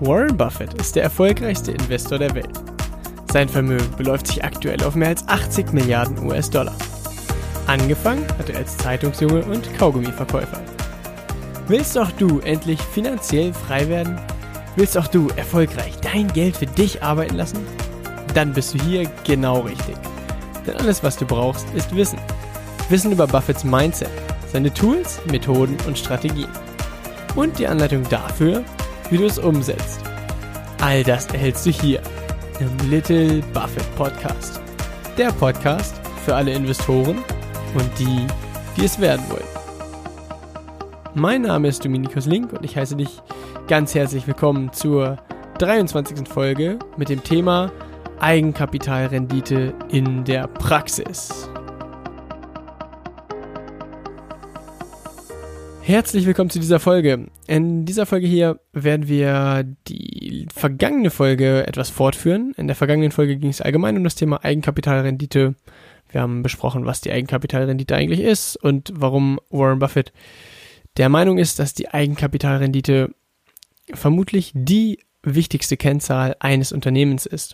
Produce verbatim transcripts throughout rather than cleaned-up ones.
Warren Buffett ist der erfolgreichste Investor der Welt. Sein Vermögen beläuft sich aktuell auf mehr als achtzig Milliarden U S-Dollar. Angefangen hat er als Zeitungsjunge und Kaugummiverkäufer. Willst auch du endlich finanziell frei werden? Willst auch du erfolgreich dein Geld für dich arbeiten lassen? Dann bist du hier genau richtig. Denn alles, was du brauchst, ist Wissen. Wissen über Buffetts Mindset, seine Tools, Methoden und Strategien. Und die Anleitung dafür, wie du es umsetzt. All das erhältst du hier im Little Buffett Podcast. Der Podcast für alle Investoren und die, die es werden wollen. Mein Name ist Dominikus Link und ich heiße dich ganz herzlich willkommen zur dreiundzwanzigsten Folge mit dem Thema Eigenkapitalrendite in der Praxis. Herzlich willkommen zu dieser Folge. In dieser Folge hier werden wir die vergangene Folge etwas fortführen. In der vergangenen Folge ging es allgemein um das Thema Eigenkapitalrendite. Wir haben besprochen, was die Eigenkapitalrendite eigentlich ist und warum Warren Buffett der Meinung ist, dass die Eigenkapitalrendite vermutlich die wichtigste Kennzahl eines Unternehmens ist.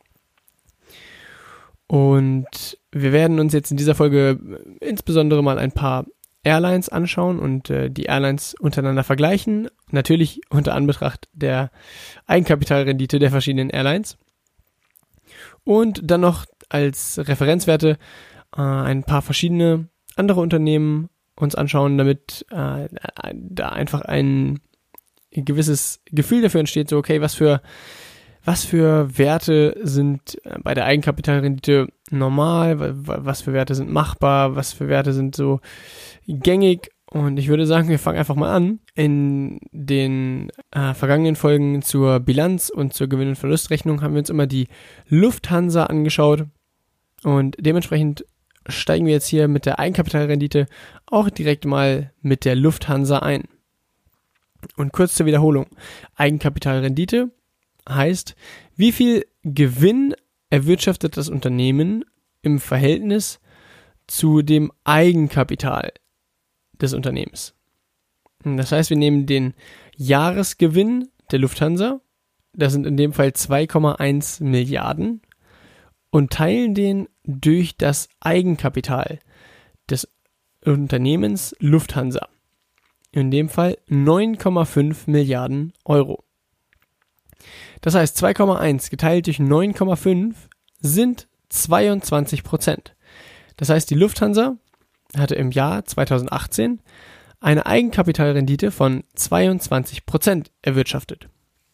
Und wir werden uns jetzt in dieser Folge insbesondere mal ein paar Airlines anschauen und äh, die Airlines untereinander vergleichen. Natürlich unter Anbetracht der Eigenkapitalrendite der verschiedenen Airlines. Und dann noch als Referenzwerte äh, ein paar verschiedene andere Unternehmen uns anschauen, damit äh, da einfach ein gewisses Gefühl dafür entsteht, so okay, was für was für Werte sind bei der Eigenkapitalrendite normal, was für Werte sind machbar, was für Werte sind so gängig. Und ich würde sagen, wir fangen einfach mal an. In den äh, vergangenen Folgen zur Bilanz und zur Gewinn- und Verlustrechnung haben wir uns immer die Lufthansa angeschaut. Und dementsprechend steigen wir jetzt hier mit der Eigenkapitalrendite auch direkt mal mit der Lufthansa ein. Und kurz zur Wiederholung. Eigenkapitalrendite heißt, wie viel Gewinn erwirtschaftet das Unternehmen im Verhältnis zu dem Eigenkapital des Unternehmens. Das heißt, wir nehmen den Jahresgewinn der Lufthansa, das sind in dem Fall zwei Komma eins Milliarden, und teilen den durch das Eigenkapital des Unternehmens Lufthansa. In dem Fall neun Komma fünf Milliarden Euro. Das heißt, zwei Komma eins geteilt durch neun Komma fünf sind zweiundzwanzig Prozent. Das heißt, die Lufthansa hatte im Jahr zweitausendachtzehn eine Eigenkapitalrendite von zweiundzwanzig Prozent erwirtschaftet.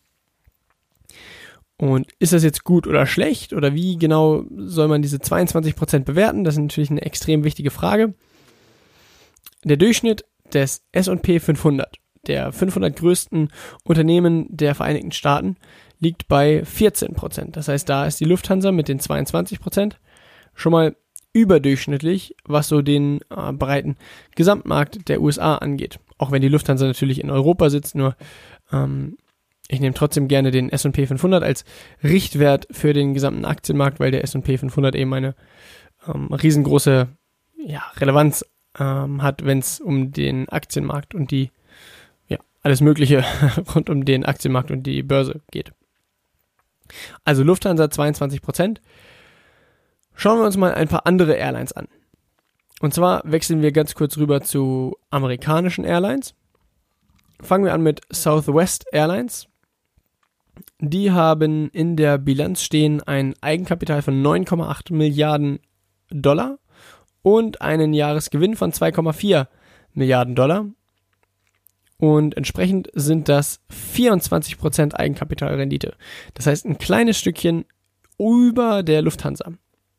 Und ist das jetzt gut oder schlecht oder wie genau soll man diese zweiundzwanzig Prozent bewerten? Das ist natürlich eine extrem wichtige Frage. Der Durchschnitt des S und P fünfhundert, der fünfhundert größten Unternehmen der Vereinigten Staaten, liegt bei vierzehn Prozent. Das heißt, da ist die Lufthansa mit den zweiundzwanzig Prozent schon mal überdurchschnittlich, was so den äh, breiten Gesamtmarkt der U S A angeht. Auch wenn die Lufthansa natürlich in Europa sitzt, nur ähm, ich nehme trotzdem gerne den S und P fünfhundert als Richtwert für den gesamten Aktienmarkt, weil der S und P fünfhundert eben eine ähm, riesengroße ja, Relevanz ähm, hat, wenn es um den Aktienmarkt und die ja alles Mögliche rund um den Aktienmarkt und die Börse geht. Also Lufthansa zweiundzwanzig Prozent. Schauen wir uns mal ein paar andere Airlines an. Und zwar wechseln wir ganz kurz rüber zu amerikanischen Airlines. Fangen wir an mit Southwest Airlines. Die haben in der Bilanz stehen ein Eigenkapital von neun Komma acht Milliarden Dollar und einen Jahresgewinn von zwei Komma vier Milliarden Dollar. Und entsprechend sind das vierundzwanzig Prozent Eigenkapitalrendite. Das heißt, ein kleines Stückchen über der Lufthansa.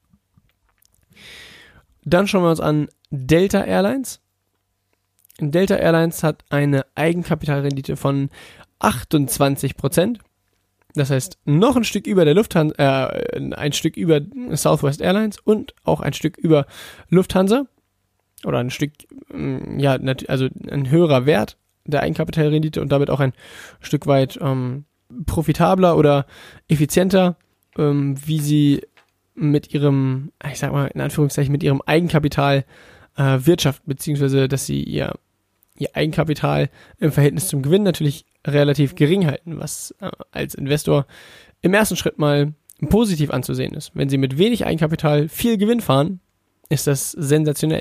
Dann schauen wir uns an Delta Airlines. Delta Airlines hat eine Eigenkapitalrendite von achtundzwanzig Prozent. Das heißt, noch ein Stück über der Lufthansa, äh, ein Stück über Southwest Airlines und auch ein Stück über Lufthansa. Oder ein Stück, ja, also ein höherer Wert der Eigenkapitalrendite und damit auch ein Stück weit ähm, profitabler oder effizienter, ähm, wie sie mit ihrem, ich sag mal in Anführungszeichen, mit ihrem Eigenkapital äh, wirtschaften, beziehungsweise dass sie ihr, ihr Eigenkapital im Verhältnis zum Gewinn natürlich relativ gering halten, was äh, als Investor im ersten Schritt mal positiv anzusehen ist. Wenn Sie mit wenig Eigenkapital viel Gewinn fahren, ist das sensationell.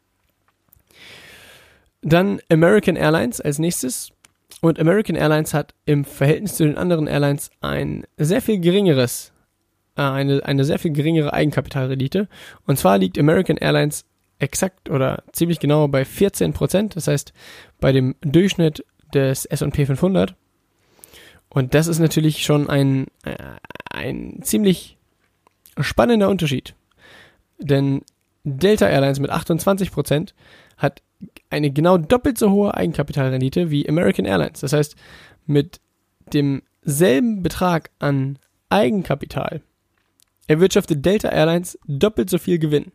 Dann American Airlines als nächstes. Und American Airlines hat im Verhältnis zu den anderen Airlines ein sehr viel geringeres, äh, eine, eine sehr viel geringere Eigenkapitalrendite. Und zwar liegt American Airlines exakt oder ziemlich genau bei vierzehn Prozent. Das heißt, bei dem Durchschnitt des S und P fünfhundert. Und das ist natürlich schon ein, äh, ein ziemlich spannender Unterschied. Denn Delta Airlines mit achtundzwanzig Prozent hat eine genau doppelt so hohe Eigenkapitalrendite wie American Airlines. Das heißt, mit demselben Betrag an Eigenkapital erwirtschaftet Delta Airlines doppelt so viel Gewinn.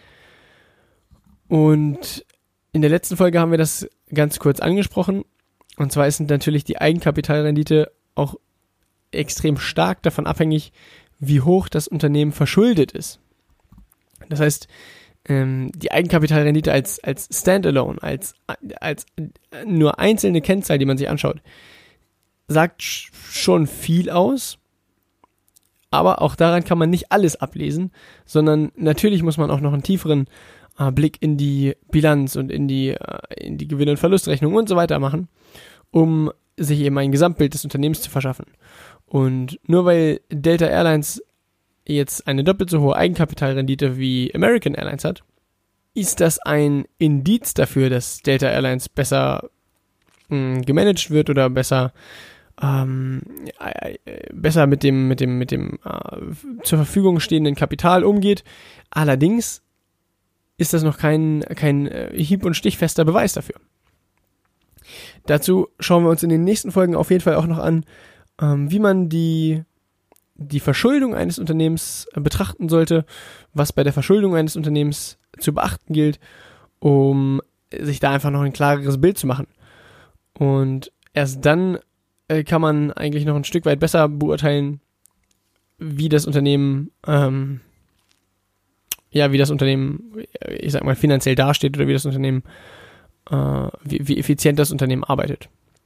Und in der letzten Folge haben wir das ganz kurz angesprochen. Und zwar ist natürlich die Eigenkapitalrendite auch extrem stark davon abhängig, wie hoch das Unternehmen verschuldet ist. Das heißt, ähm, die Eigenkapitalrendite als, als Standalone, als, als nur einzelne Kennzahl, die man sich anschaut, sagt schon viel aus. Aber auch daran kann man nicht alles ablesen, sondern natürlich muss man auch noch einen tieferen äh, Blick in die Bilanz und in die, äh, in die Gewinn- und Verlustrechnung und so weiter machen, um sich eben ein Gesamtbild des Unternehmens zu verschaffen. Und nur weil Delta Airlines jetzt eine doppelt so hohe Eigenkapitalrendite wie American Airlines hat, ist das ein Indiz dafür, dass Delta Airlines besser mh, gemanagt wird oder besser ähm, äh, besser mit dem mit dem mit dem äh, zur Verfügung stehenden Kapital umgeht. Allerdings ist das noch kein kein äh, hieb- und stichfester Beweis dafür. Dazu schauen wir uns in den nächsten Folgen auf jeden Fall auch noch an, ähm, wie man die die Verschuldung eines Unternehmens betrachten sollte, was bei der Verschuldung eines Unternehmens zu beachten gilt, um sich da einfach noch ein klareres Bild zu machen. Und erst dann äh, kann man eigentlich noch ein Stück weit besser beurteilen, wie das Unternehmen, ähm, ja, wie das Unternehmen, ich sag mal, finanziell dasteht oder wie das Unternehmen, äh, wie, wie effizient das Unternehmen arbeitet.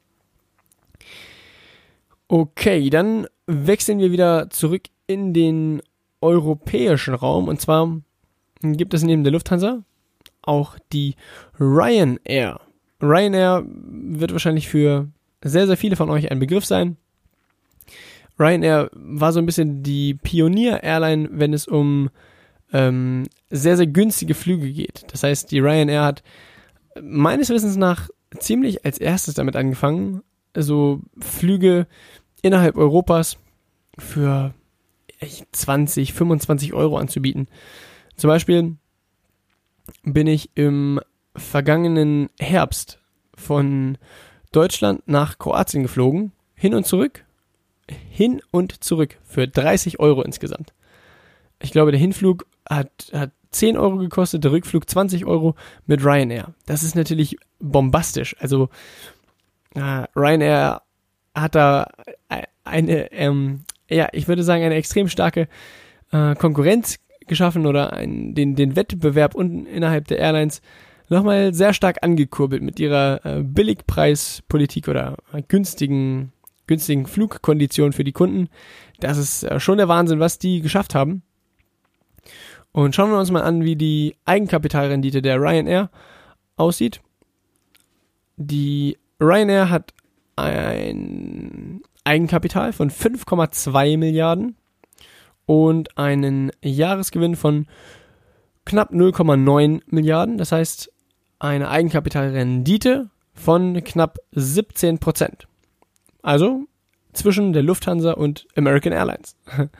Okay, dann wechseln wir wieder zurück in den europäischen Raum. Und zwar gibt es neben der Lufthansa auch die Ryanair. Ryanair wird wahrscheinlich für sehr, sehr viele von euch ein Begriff sein. Ryanair war so ein bisschen die Pionier-Airline, wenn es um ähm, sehr, sehr günstige Flüge geht. Das heißt, die Ryanair hat meines Wissens nach ziemlich als erstes damit angefangen, so Flüge innerhalb Europas für zwanzig, fünfundzwanzig Euro anzubieten. Zum Beispiel bin ich im vergangenen Herbst von Deutschland nach Kroatien geflogen, hin und zurück, hin und zurück für dreißig Euro insgesamt. Ich glaube, der Hinflug hat, hat zehn Euro gekostet, der Rückflug zwanzig Euro mit Ryanair. Das ist natürlich bombastisch. Also äh, Ryanair hat da eine, ähm, ja, ich würde sagen, eine extrem starke äh, Konkurrenz geschaffen oder ein, den, den Wettbewerb unten innerhalb der Airlines nochmal sehr stark angekurbelt mit ihrer äh, Billigpreispolitik oder äh, günstigen, günstigen Flugkonditionen für die Kunden. Das ist äh, schon der Wahnsinn, was die geschafft haben. Und schauen wir uns mal an, wie die Eigenkapitalrendite der Ryanair aussieht. Die Ryanair hat ein Eigenkapital von fünf Komma zwei Milliarden und einen Jahresgewinn von knapp null Komma neun Milliarden. Das heißt, eine Eigenkapitalrendite von knapp siebzehn Prozent. Also zwischen der Lufthansa und American Airlines.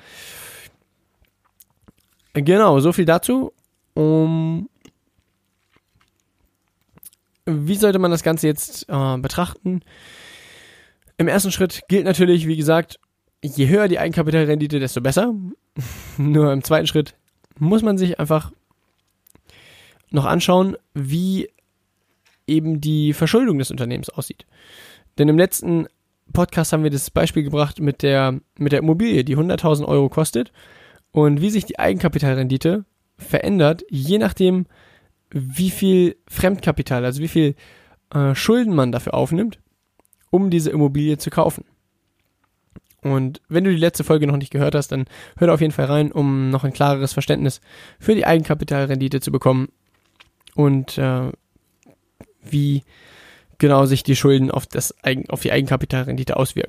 Genau, so viel dazu. Um, wie sollte man das Ganze jetzt äh, betrachten? Im ersten Schritt gilt natürlich, wie gesagt, je höher die Eigenkapitalrendite, desto besser. Nur im zweiten Schritt muss man sich einfach noch anschauen, wie eben die Verschuldung des Unternehmens aussieht. Denn im letzten Podcast haben wir das Beispiel gebracht mit der, mit der Immobilie, die hunderttausend Euro kostet und wie sich die Eigenkapitalrendite verändert, je nachdem, wie viel Fremdkapital, also wie viel äh, Schulden man dafür aufnimmt, um diese Immobilie zu kaufen. Und wenn du die letzte Folge noch nicht gehört hast, dann hör da auf jeden Fall rein, um noch ein klareres Verständnis für die Eigenkapitalrendite zu bekommen und äh, wie genau sich die Schulden auf, das Eigen, auf die Eigenkapitalrendite auswirken.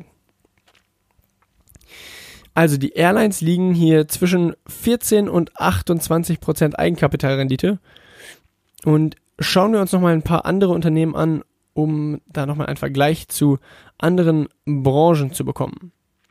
Also die Airlines liegen hier zwischen vierzehn und achtundzwanzig Prozent Eigenkapitalrendite. Und schauen wir uns nochmal ein paar andere Unternehmen an, um da nochmal einen Vergleich zu anderen Branchen zu bekommen.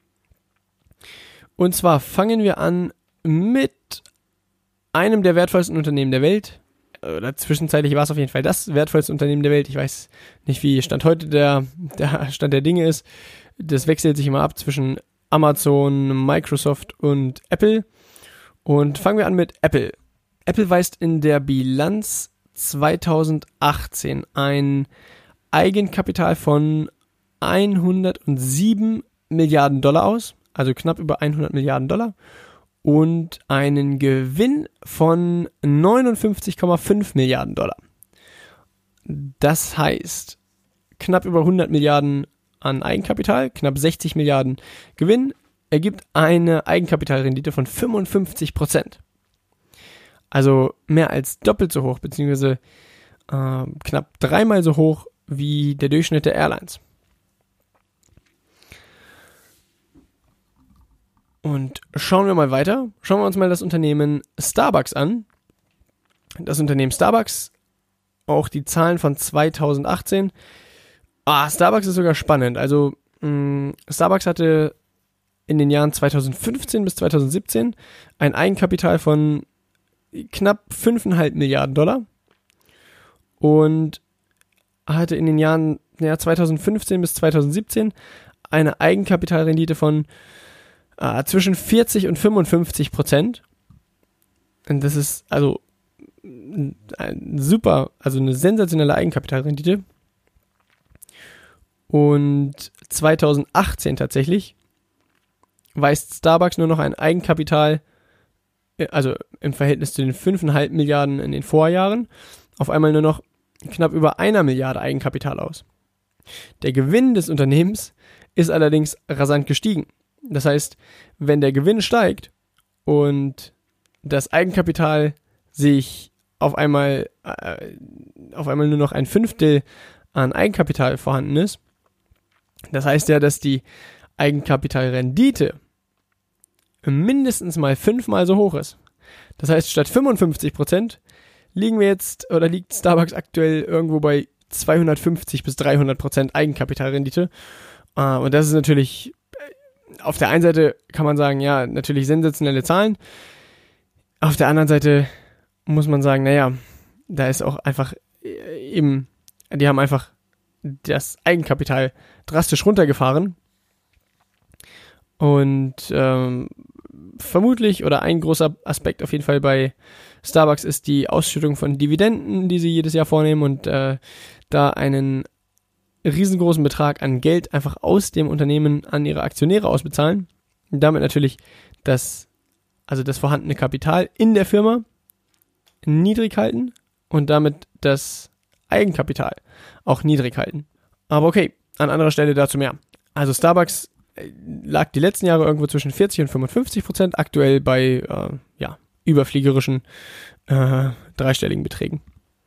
Und zwar fangen wir an mit einem der wertvollsten Unternehmen der Welt. Oder zwischenzeitlich war es auf jeden Fall das wertvollste Unternehmen der Welt. Ich weiß nicht, wie Stand heute der, der Stand der Dinge ist. Das wechselt sich immer ab zwischen Amazon, Microsoft und Apple. Und fangen wir an mit Apple. Apple weist in der Bilanz zweitausendachtzehn ein Eigenkapital von hundertsieben Milliarden Dollar aus, also knapp über hundert Milliarden Dollar, und einen Gewinn von neunundfünfzig Komma fünf Milliarden Dollar. Das heißt, knapp über hundert Milliarden an Eigenkapital, knapp sechzig Milliarden Gewinn, ergibt eine Eigenkapitalrendite von fünfundfünfzig Prozent. Also mehr als doppelt so hoch, beziehungsweise äh, knapp dreimal so hoch wie der Durchschnitt der Airlines. Und schauen wir mal weiter. Schauen wir uns mal das Unternehmen Starbucks an. Das Unternehmen Starbucks, auch die Zahlen von zweitausendachtzehn. Ah, Starbucks ist sogar spannend. Also mh, Starbucks hatte in den Jahren zweitausendfünfzehn bis zweitausendsiebzehn ein Eigenkapital von knapp fünf Komma fünf Milliarden Dollar und hatte in den Jahren ja, zweitausendfünfzehn bis zweitausendsiebzehn eine Eigenkapitalrendite von äh, zwischen vierzig und fünfundfünfzig Prozent. Und das ist also ein super, also eine sensationelle Eigenkapitalrendite. Und zweitausendachtzehn tatsächlich weist Starbucks nur noch ein Eigenkapital, also im Verhältnis zu den fünf Komma fünf Milliarden in den Vorjahren, auf einmal nur noch knapp über einer Milliarde Eigenkapital aus. Der Gewinn des Unternehmens ist allerdings rasant gestiegen. Das heißt, wenn der Gewinn steigt und das Eigenkapital sich auf einmal, äh, auf einmal nur noch ein Fünftel an Eigenkapital vorhanden ist, das heißt ja, dass die Eigenkapitalrendite mindestens mal fünfmal so hoch ist. Das heißt, statt fünfundfünfzig Prozent liegen wir jetzt, oder liegt Starbucks aktuell irgendwo bei zweihundertfünfzig bis dreihundert Prozent Eigenkapitalrendite. Uh, und das ist natürlich, auf der einen Seite kann man sagen, ja, natürlich sensationelle Zahlen. Auf der anderen Seite muss man sagen, naja, da ist auch einfach eben, die haben einfach das Eigenkapital drastisch runtergefahren. Und ähm, vermutlich, oder ein großer Aspekt auf jeden Fall bei Starbucks ist die Ausschüttung von Dividenden, die sie jedes Jahr vornehmen und äh, da einen riesengroßen Betrag an Geld einfach aus dem Unternehmen an ihre Aktionäre ausbezahlen und damit natürlich das, also das vorhandene Kapital in der Firma niedrig halten und damit das Eigenkapital auch niedrig halten. Aber okay, an anderer Stelle dazu mehr. Also Starbucks lag die letzten Jahre irgendwo zwischen vierzig und fünfundfünfzig Prozent, aktuell bei äh, ja, überfliegerischen äh, dreistelligen Beträgen.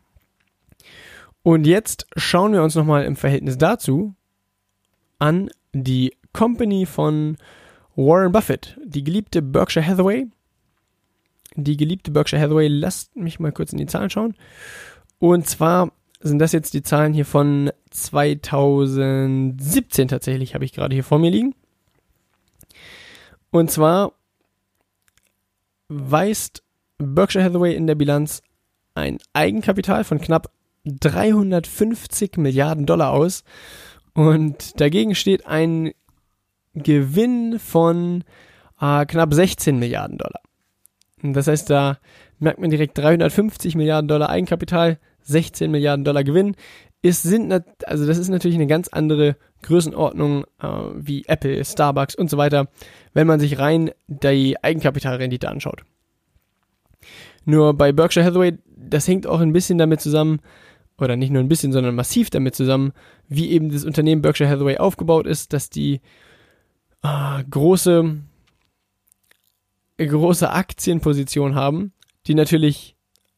Und jetzt schauen wir uns nochmal im Verhältnis dazu an die Company von Warren Buffett, die geliebte Berkshire Hathaway. Die geliebte Berkshire Hathaway, lasst mich mal kurz in die Zahlen schauen. Und zwar sind das jetzt die Zahlen hier von zweitausendsiebzehn tatsächlich, habe ich gerade hier vor mir liegen. Und zwar weist Berkshire Hathaway in der Bilanz ein Eigenkapital von knapp dreihundertfünfzig Milliarden Dollar aus und dagegen steht ein Gewinn von äh, knapp sechzehn Milliarden Dollar. Und das heißt, da merkt man direkt dreihundertfünfzig Milliarden Dollar Eigenkapital, sechzehn Milliarden Dollar Gewinn. Ist, sind, also das ist natürlich eine ganz andere Größenordnung äh, wie Apple, Starbucks und so weiter, wenn man sich rein die Eigenkapitalrendite anschaut. Nur bei Berkshire Hathaway, das hängt auch ein bisschen damit zusammen, oder nicht nur ein bisschen, sondern massiv damit zusammen, wie eben das Unternehmen Berkshire Hathaway aufgebaut ist, dass die äh, große, große Aktienposition haben, die natürlich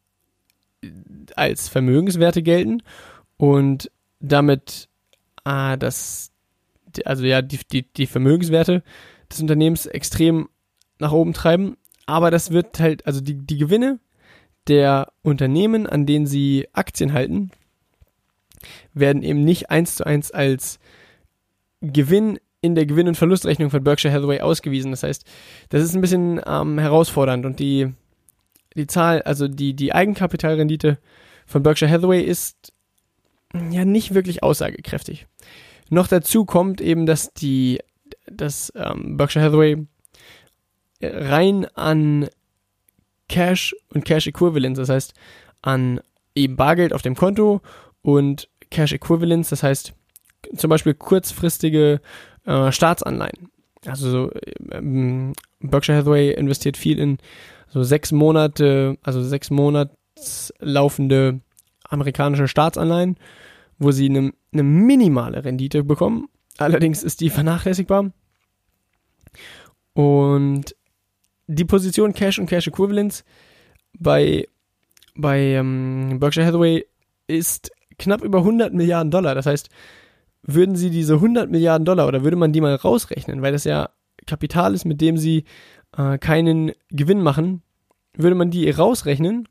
als Vermögenswerte gelten und damit äh, das, also ja, die, die, die Vermögenswerte des Unternehmens extrem nach oben treiben, aber das wird halt, also die, die Gewinne der Unternehmen, an denen sie Aktien halten, werden eben nicht eins zu eins als Gewinn in der Gewinn- und Verlustrechnung von Berkshire Hathaway ausgewiesen. Das heißt, das ist ein bisschen ähm, herausfordernd und die, die Zahl, also die, die Eigenkapitalrendite von Berkshire Hathaway ist ja nicht wirklich aussagekräftig. Noch dazu kommt eben, dass die, dass ähm, Berkshire Hathaway rein an Cash und Cash Equivalents, das heißt an eben Bargeld auf dem Konto und Cash Equivalents, das heißt zum Beispiel kurzfristige äh, Staatsanleihen. Also so, ähm, Berkshire Hathaway investiert viel in so sechs Monate, also sechs Monats laufende amerikanische Staatsanleihen, wo sie eine, eine minimale Rendite bekommen. Allerdings ist die vernachlässigbar. Und die Position Cash und Cash Equivalents bei, bei ähm, Berkshire Hathaway ist knapp über hundert Milliarden Dollar. Das heißt, würden sie diese hundert Milliarden Dollar oder würde man die mal rausrechnen, weil das ja Kapital ist, mit dem sie äh, keinen Gewinn machen, würde man die rausrechnen,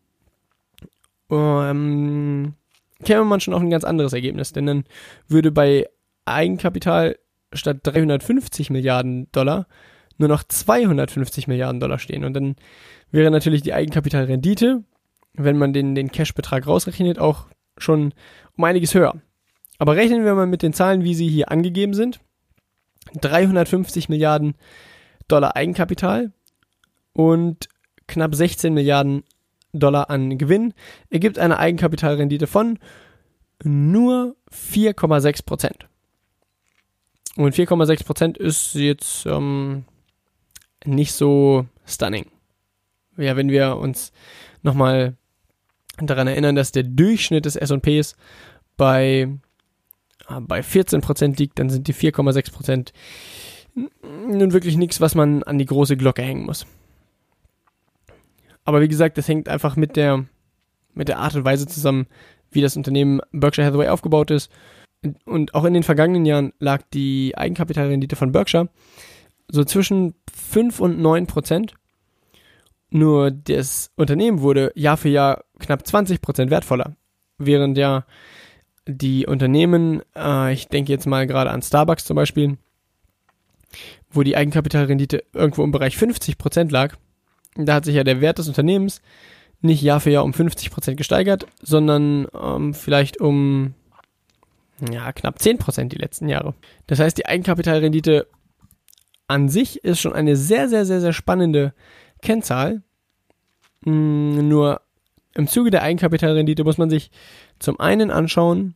ähm, käme man schon auf ein ganz anderes Ergebnis. Denn dann würde bei Eigenkapital statt dreihundertfünfzig Milliarden Dollar nur noch zweihundertfünfzig Milliarden Dollar stehen. Und dann wäre natürlich die Eigenkapitalrendite, wenn man den, den Cash-Betrag rausrechnet, auch schon um einiges höher. Aber rechnen wir mal mit den Zahlen, wie sie hier angegeben sind. dreihundertfünfzig Milliarden Dollar Eigenkapital und knapp sechzehn Milliarden Dollar an Gewinn ergibt eine Eigenkapitalrendite von nur vier Komma sechs Prozent. Und vier Komma sechs Prozent ist jetzt ähm, nicht so stunning. Ja, wenn wir uns nochmal daran erinnern, dass der Durchschnitt des S und Ps bei, äh, bei vierzehn Prozent liegt, dann sind die vier Komma sechs Prozent nun wirklich nichts, was man an die große Glocke hängen muss. Aber wie gesagt, das hängt einfach mit der, mit der Art und Weise zusammen, wie das Unternehmen Berkshire Hathaway aufgebaut ist. Und auch in den vergangenen Jahren lag die Eigenkapitalrendite von Berkshire so zwischen fünf und neun Prozent. Nur das Unternehmen wurde Jahr für Jahr knapp zwanzig Prozent wertvoller. Während ja die Unternehmen, äh, ich denke jetzt mal gerade an Starbucks zum Beispiel, wo die Eigenkapitalrendite irgendwo im Bereich fünfzig Prozent lag, da hat sich ja der Wert des Unternehmens nicht Jahr für Jahr um fünfzig Prozent gesteigert, sondern ähm, vielleicht um ja, knapp zehn Prozent die letzten Jahre. Das heißt, die Eigenkapitalrendite an sich ist schon eine sehr, sehr, sehr, sehr spannende Kennzahl. Mm, nur im Zuge der Eigenkapitalrendite muss man sich zum einen anschauen,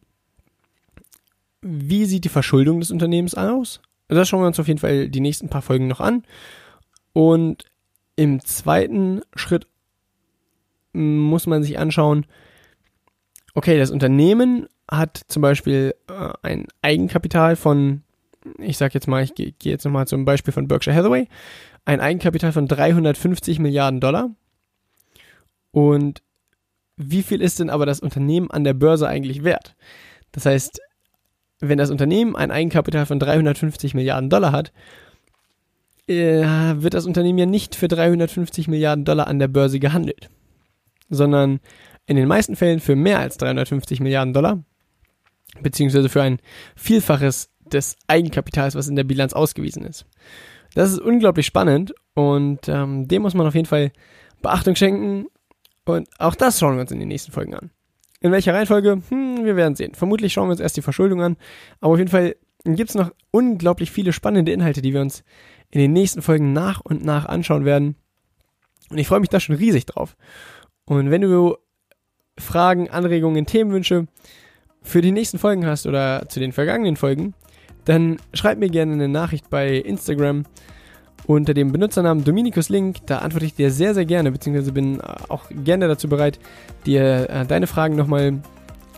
wie sieht die Verschuldung des Unternehmens aus. Das schauen wir uns auf jeden Fall die nächsten paar Folgen noch an. Und im zweiten Schritt muss man sich anschauen, okay, das Unternehmen hat zum Beispiel äh, ein Eigenkapital von, ich sag jetzt mal, ich gehe geh jetzt nochmal zum Beispiel von Berkshire Hathaway, ein Eigenkapital von dreihundertfünfzig Milliarden Dollar. Und wie viel ist denn aber das Unternehmen an der Börse eigentlich wert? Das heißt, wenn das Unternehmen ein Eigenkapital von dreihundertfünfzig Milliarden Dollar hat, äh, wird das Unternehmen ja nicht für dreihundertfünfzig Milliarden Dollar an der Börse gehandelt, sondern in den meisten Fällen für mehr als dreihundertfünfzig Milliarden Dollar, beziehungsweise für ein Vielfaches des Eigenkapitals, was in der Bilanz ausgewiesen ist. Das ist unglaublich spannend und ähm, dem muss man auf jeden Fall Beachtung schenken und auch das schauen wir uns in den nächsten Folgen an. In welcher Reihenfolge? Hm, wir werden sehen. Vermutlich schauen wir uns erst die Verschuldung an, aber auf jeden Fall gibt es noch unglaublich viele spannende Inhalte, die wir uns in den nächsten Folgen nach und nach anschauen werden und ich freue mich da schon riesig drauf. Und wenn du Fragen, Anregungen, Themenwünsche für die nächsten Folgen hast oder zu den vergangenen Folgen, dann schreib mir gerne eine Nachricht bei Instagram unter dem Benutzernamen Dominikus Link. Da antworte ich dir sehr, sehr gerne, beziehungsweise bin auch gerne dazu bereit, dir äh, deine Fragen nochmal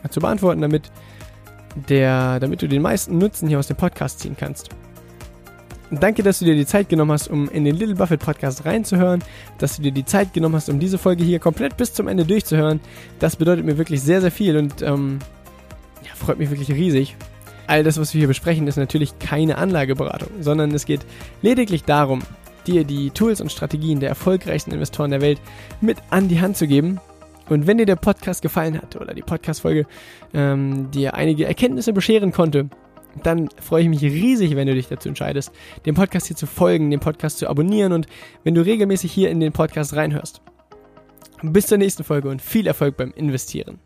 zu beantworten, damit, der, damit du den meisten Nutzen hier aus dem Podcast ziehen kannst. Danke, dass du dir die Zeit genommen hast, um in den Little Buffett Podcast reinzuhören, dass du dir die Zeit genommen hast, um diese Folge hier komplett bis zum Ende durchzuhören. Das bedeutet mir wirklich sehr, sehr viel und ähm, ja, freut mich wirklich riesig. All das, was wir hier besprechen, ist natürlich keine Anlageberatung, sondern es geht lediglich darum, dir die Tools und Strategien der erfolgreichsten Investoren der Welt mit an die Hand zu geben. Und wenn dir der Podcast gefallen hat oder die Podcast-Folge ähm, dir einige Erkenntnisse bescheren konnte, dann freue ich mich riesig, wenn du dich dazu entscheidest, dem Podcast hier zu folgen, den Podcast zu abonnieren und wenn du regelmäßig hier in den Podcast reinhörst. Bis zur nächsten Folge und viel Erfolg beim Investieren.